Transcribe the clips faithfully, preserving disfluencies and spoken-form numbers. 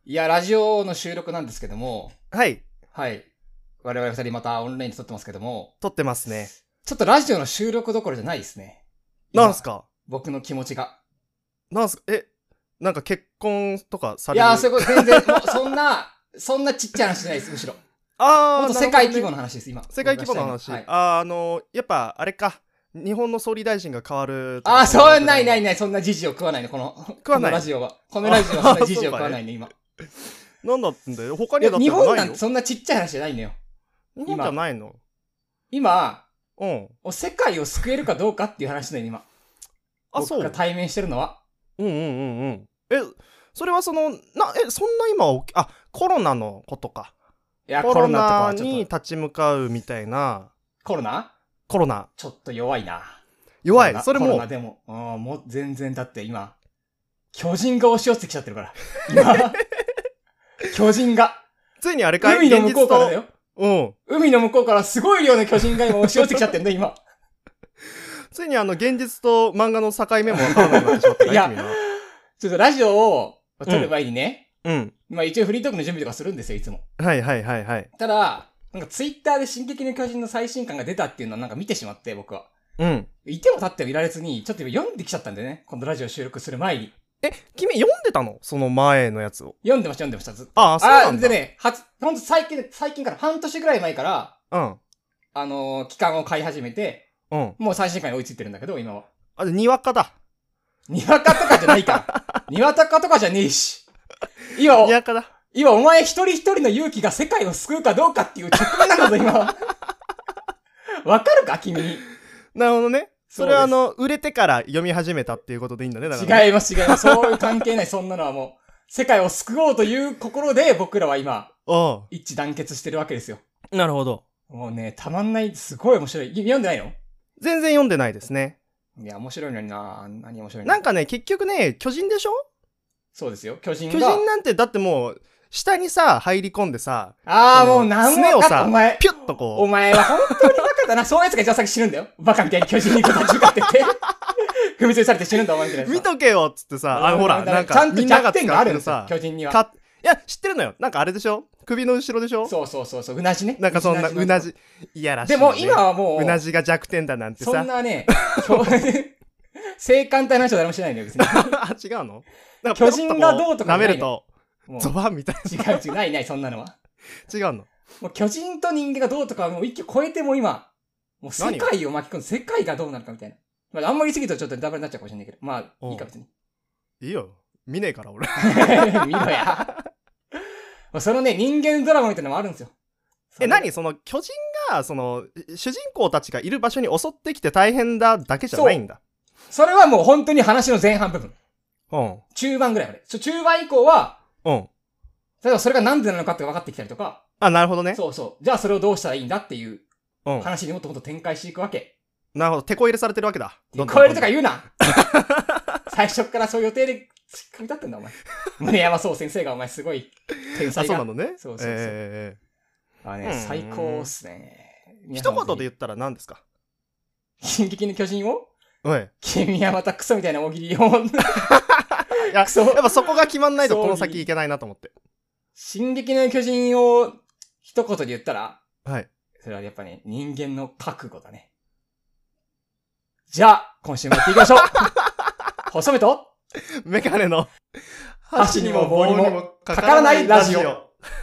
いや、ラジオの収録なんですけども。 はい。 はい。我々二人またオンラインで撮ってますけども。 撮ってますね。 ちょっとラジオの収録どころじゃないですね。 なんすか？ 僕の気持ちが。 なんすか？え、なんか結婚とかされる？ いやー、そういうこと全然、もうそんな、そんなちっちゃい話じゃないです、むしろ。 あー、 ほんと世界規模の話です、今。 世界規模の話。はい、あー、あのー、やっぱ、あれか。日本の総理大臣が変わる。 あー、そう、ないないない、そんな時事を食わないの、この、 食わない。 このラジオは。このラジオはそんな時事を食わないね、今。 なんだってんだよ。他にはだって日本なんてそんなちっちゃい話じゃないんだよ。 日本じゃないの？ 今、 うん。 世界を救えるかどうかっていう話だよ、今。 あ、そう。 僕が対面してるのは。 うんうんうんうん。え、それはその、な、え、そんな今、あ、コロナのことか。 いや、 コロナに立ち向かうみたいな。 コロナ？ コロナ。 ちょっと弱いな。 弱い。それも。 コロナでも、うん、もう全然だって今、巨人が押し寄せてきちゃってるから。今。巨人が。 ついにあれかい？ 海の向こうからだよ。 うん。 海の向こうからすごい量の巨人が今押し寄せてきちゃってんだ、今。 ついにあの、現実と漫画の境目もわからなくなってしまったかい？いや、 ちょっとラジオを撮る前にね。 うん。 まあ一応フリートークの準備とかするんですよ、いつも。 はいはいはいはい。 ただ、なんかツイッターで進撃の巨人の最新刊が出たっていうのをなんか見てしまって、僕は。 うん。 いても立ってもいられずに、ちょっと読んできちゃったんでね。このラジオ収録する前に。 え、君読んでたの？その前のやつを。 読んでました、読んでました、ずっと。 ああ、そうなんだ。 あ、でね、はつ、ほんと最近、最近から半年ぐらい前から、 うん。 あのー、期間を買い始めて、 うん。 もう最新刊に追いついてるんだけど、今は。 あ、にわかだ。 にわかとかじゃないから。にわかとかじゃねえし。今、 にわかだ。 今、お前一人一人の勇気が世界を救うかどうかっていう直面なんだぞ、今。わかるか、君に。 なるほどね。それはあの、売れてから読み始めたっていうことでいいんだね、だから、 ね。違います、違います。そういう関係ない、そんなのはもう、世界を救おうという心で僕らは今、一致団結してるわけですよ。 なるほど。 もうね、たまんない、すごい面白い。読んでないの？ 全然読んでないですね。 いや、面白いのにな。何面白いの？ なんかね、結局ね、巨人でしょ？そうですよ、巨人が。 巨人なんて、だってもう、下にさ、入り込んでさ、 ああ、もう何も、 すねをさ、 お前、 ピュッとこう。 お前は本当にバカだな。そういうやつが一番先死ぬんだよ。バカみたいに巨人に立ち向かってって。踏みつぶされて死ぬんだ、お前みたいな。 見とけよっつってさ、あのほら、なんか、みんなが使ってるさ、 巨人には。 いや、知ってるのよ。なんかあれでしょ？首の後ろでしょ？ そうそうそうそう、うなじね。 なんかそんな、うなじ。いやらしい、ね。 でも今はもう、 うなじが弱点だなんてさ。 そんなね、性感帯の話は誰もしないんだよ、別に。 あ、違うの？ 巨人がどうとか舐めると、ゾバンみたいな。違う違う、ないない、そんなのは。 違うの？ もう巨人と人間がどうとかはもう一気超えても今、もう世界を巻き込んで世界がどうなるかみたいな。まあ、あんまり言い過ぎるとちょっとダブルになっちゃうかもしれないけど。まあ、いいか別に。 いいよ。見ねえから、俺。 見ろや。そのね、人間ドラマみたいなのもあるんですよ。 え、何その、巨人が、その、主人公たちがいる場所に襲ってきて大変だだけじゃないんだ。 それはもう本当に話の前半部分。 うん。 中盤ぐらいまで。中盤以降は、 うん。 例えばそれが何でなのかって分かってきたりとか。 あ、なるほどね。 そうそう。じゃあそれをどうしたらいいんだっていう話にもっともっと展開していくわけ。 なるほど。手こ入れされてるわけだ。 手こ入れとか言うな最初からそういう予定で組み立ってんだ、お前。宗山壮先生がお前すごい天才が。 あ、そうなのね。 そうそうそう。えー、あね、最高っすね。 一言で言ったら何ですか？ 進撃の巨人をおい。 君はまたクソみたいな大喜利を。 いや、やっぱそこが決まんないとこの先いけないなと思って。 進撃の巨人を一言で言ったら、 はい。 それはやっぱね、人間の覚悟だね。じゃあ、今週もやっていきましょう細めとメガネの箸にも棒にもかからないラジオ。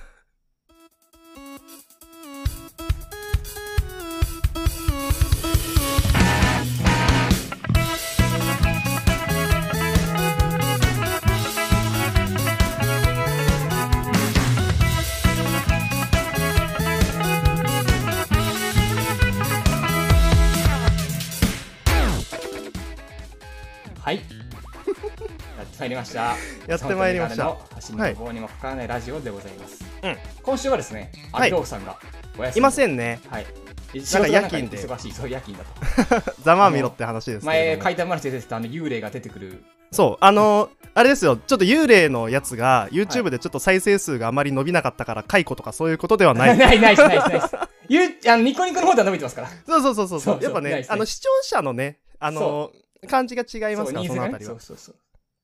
はい。やってまいりました。 やってまいりました。 箸にも棒にもかからないラジオでございます。 はい、 今週はですね、アキオフさんがお休み、 いませんね。 はい。 なんか夜勤で。 忙しい、そう夜勤だと。 ざまあみろって話ですけど。 前、怪談話で出てたあの幽霊が出てくる。 そう、あのー、あれですよ、ちょっと幽霊のやつが YouTube でちょっと再生数があまり伸びなかったから解雇とかそういうことではない。 ないないないないない。ゆあのニコニコの方では伸びてますから。 そうそうそうそうそう。やっぱね、あの視聴者のね、あのー、感じが違いますから、そのあたりは。 そうそうそう。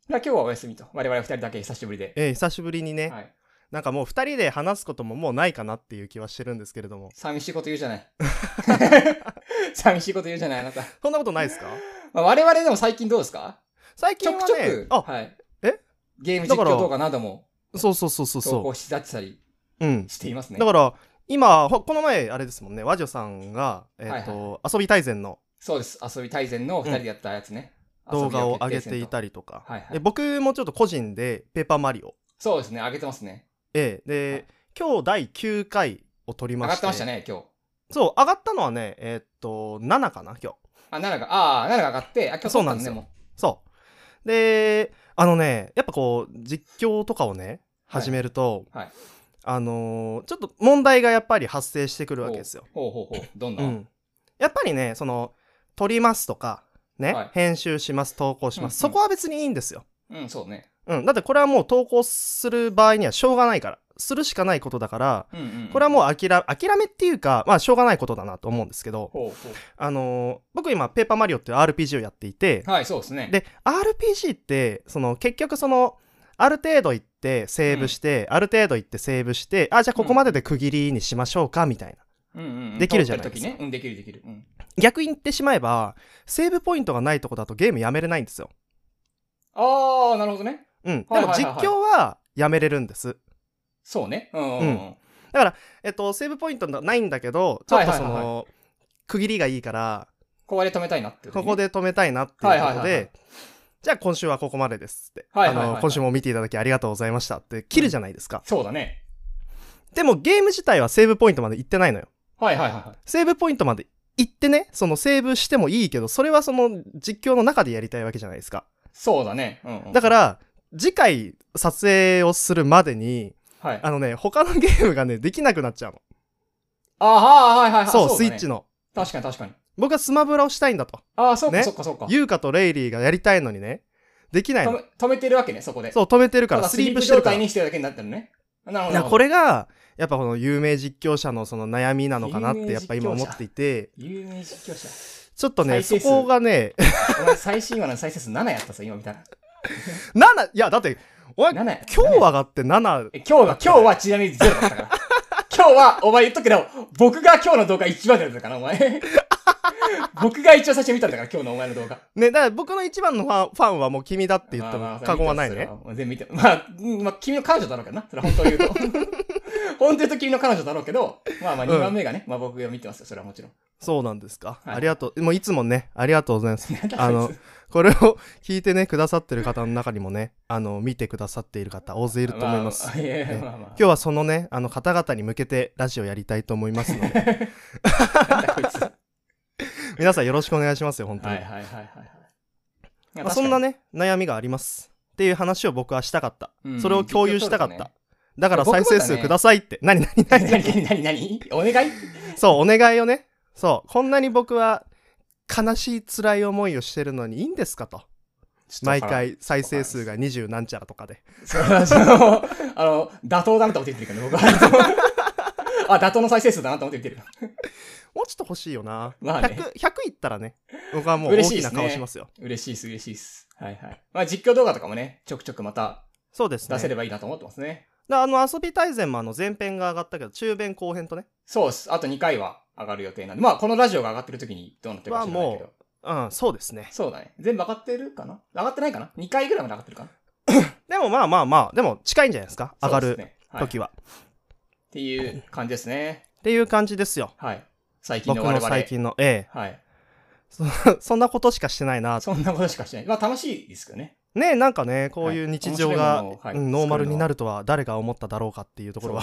今日はお休みと。我々ふたりだけ久しぶりで。 えー、久しぶりにね、 はい、 なんかもうふたりで話すことももうないかなっていう気はしてるんですけれども。 寂しいこと言うじゃない。寂しいこと言うじゃない、あなた。 そんなことないですか？ まあ、我々でも最近どうですか？ 最近はね、 ちょくちょく、 あ、 はい、 えゲーム実況動画などもそうそうそうそう投稿しだってたりしていますね。 だから今この前あれですもんね、和女さんが、えーとはいはい、遊び大全のそうです遊び大全のふたりでやったやつね、 うん、動画を上げていたりとか、 はいはい、 で僕もちょっと個人でペーパーマリオそうですね上げてますね。 ええで、はい、今日だいきゅうかいを撮りまして、 上がってましたね今日。 そう上がったのはねえー、っとななかな今日。 あなながああななが上がってあ今日そうなんですよ。もそうであのねやっぱこう実況とかをね始めると、はいはい、あのー、ちょっと問題がやっぱり発生してくるわけですよ。 ほうほうほうどんな、うん、 やっぱりねその撮りますとかね、はい、編集します投稿します、うんうん、そこは別にいいんですよ。 うんそうね、 うん、だってこれはもう投稿する場合にはしょうがないからするしかないことだから、うんうんうん、これはもう諦めっていうかまあしょうがないことだなと思うんですけど、ほうほうあのー、僕今ペーパーマリオっていう アールピージー をやっていて、 はいそうですね。 で アールピージー ってその結局そのある程度行ってセーブして、うん、ある程度行ってセーブしてあじゃあここまでで区切りにしましょうかみたいな、うんうん、できるじゃないですか。 ねうん、できるできる、うん、 逆に言ってしまえばセーブポイントがないとこだとゲームやめれないんですよ。 あーなるほどね。 うん、でも実況はやめれるんです。 そうね、うんうんうん、 だから、えっと、セーブポイントないんだけどちょっとその、はいはいはいはい、区切りがいいからここで止めたいなって、ね、 ここで止めたいなっていうことで、はいはいはいはい、じゃあ今週はここまでですって、はいはいはいはい、あの今週も見ていただきありがとうございましたって切るじゃないですか、 うん、そうだね。 でもゲーム自体はセーブポイントまで行ってないのよ。 はいはいはい、はい、 セーブポイントまで行ってねそのセーブしてもいいけどそれはその実況の中でやりたいわけじゃないですか。 そうだね、うんうん、 だから次回撮影をするまでに、はい、あのね他のゲームがねできなくなっちゃうの。 あはいはいはいはい。 そう、 そうね、 スイッチの。 確かに確かに。 僕はスマブラをしたいんだと。 ああそうか、ね、そうかそうか。 ユーカとレイリーがやりたいのにねできないの。 止め、止めてるわけねそこで。 そう止めてるからスリープしてるから。 スリープ状態にしてるだけになってるね。なるほど。 これがやっぱこの有名実況者のその悩みなのかなってやっぱ今思っていて。 有名実況者。 ちょっとねそこがね。 お前最新話の再生数ななやったさ今見たら。 なないやだってお前今日上がってなな。 今日は今日はちなみにゼロだったから。今日はお前言っとくけど僕が今日の動画一番出るからお前。僕が一応最初見たんだから今日のお前の動画ね。だから僕の一番のファン、ファンはもう君だって言っても過言はないね。 全部見てまあ、まあ、君の彼女だろうけどなそれは本当に言うと本当に言うと君の彼女だろうけどまあまあにばんめがね、うん、まあ僕が見てますよそれはもちろん。 そうなんですか、はい、ありがとう。もういつもねありがとうございますあのこれを聞いてねくださってる方の中にもねあの見てくださっている方大勢いると思います、まあねまあまあ、今日はそのねあの方々に向けてラジオやりたいと思いますのでなんだこいつ皆さんよろしくお願いしますよ本当に。はいはいはいはい、まあ、そんなね悩みがありますっていう話を僕はしたかった、うん、それを共有したかった、ね、だから再生数くださいって、ね、何何何何何何お願いそうお願いをねそうこんなに僕は悲しい辛い思いをしてるのにいいんですかと毎回再生数がにじゅうなんちゃらとかでそのあの妥当だなと思って言ってるから僕はあ妥当の再生数だなと思って言ってるもうちょっと欲しいよな、 まあね、 ひゃく, ひゃくいったらね僕はもう大きな顔しますよ。 嬉しいです嬉しいですはいはいまあ実況動画とかもねちょくちょくまたそうですね出せればいいなと思ってますね。 だあの遊び大全もあの前編が上がったけど中編後編とねそうですあとにかいは上がる予定なんでまあこのラジオが上がってる時にどうなってるか知らないけどうんそうですねそうだね全部上がってるかな上がってないかなにかいぐらいまで上がってるかなでもまあまあまあでも近いんじゃないですか上がる時は、 はい、っていう感じですねっていう感じですよはい最近の我々 僕の最近のええはいそ, そんなことしかしてないなそんなことしかしてないまあ楽しいですけどねねえなんかねこういう日常が、はいはい、ノーマルになるとは誰が思っただろうかっていうところは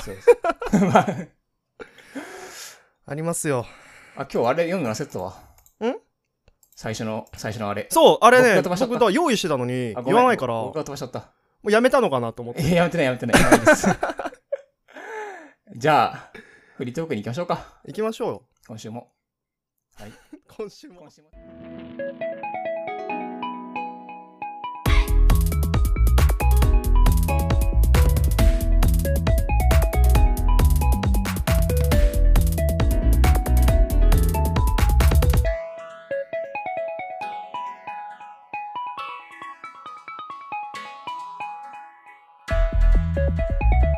ありますよ。 あ今日あれ読むの忘れてたわん最初の最初のあれそうあれね僕だ用意してたのに言わないから僕が飛ばしちゃったもうやめたのかなと思ってやめてないやめてないやめですじゃあフリートークに行きましょうか。 行きましょうよ今週もはい今週も今週もす。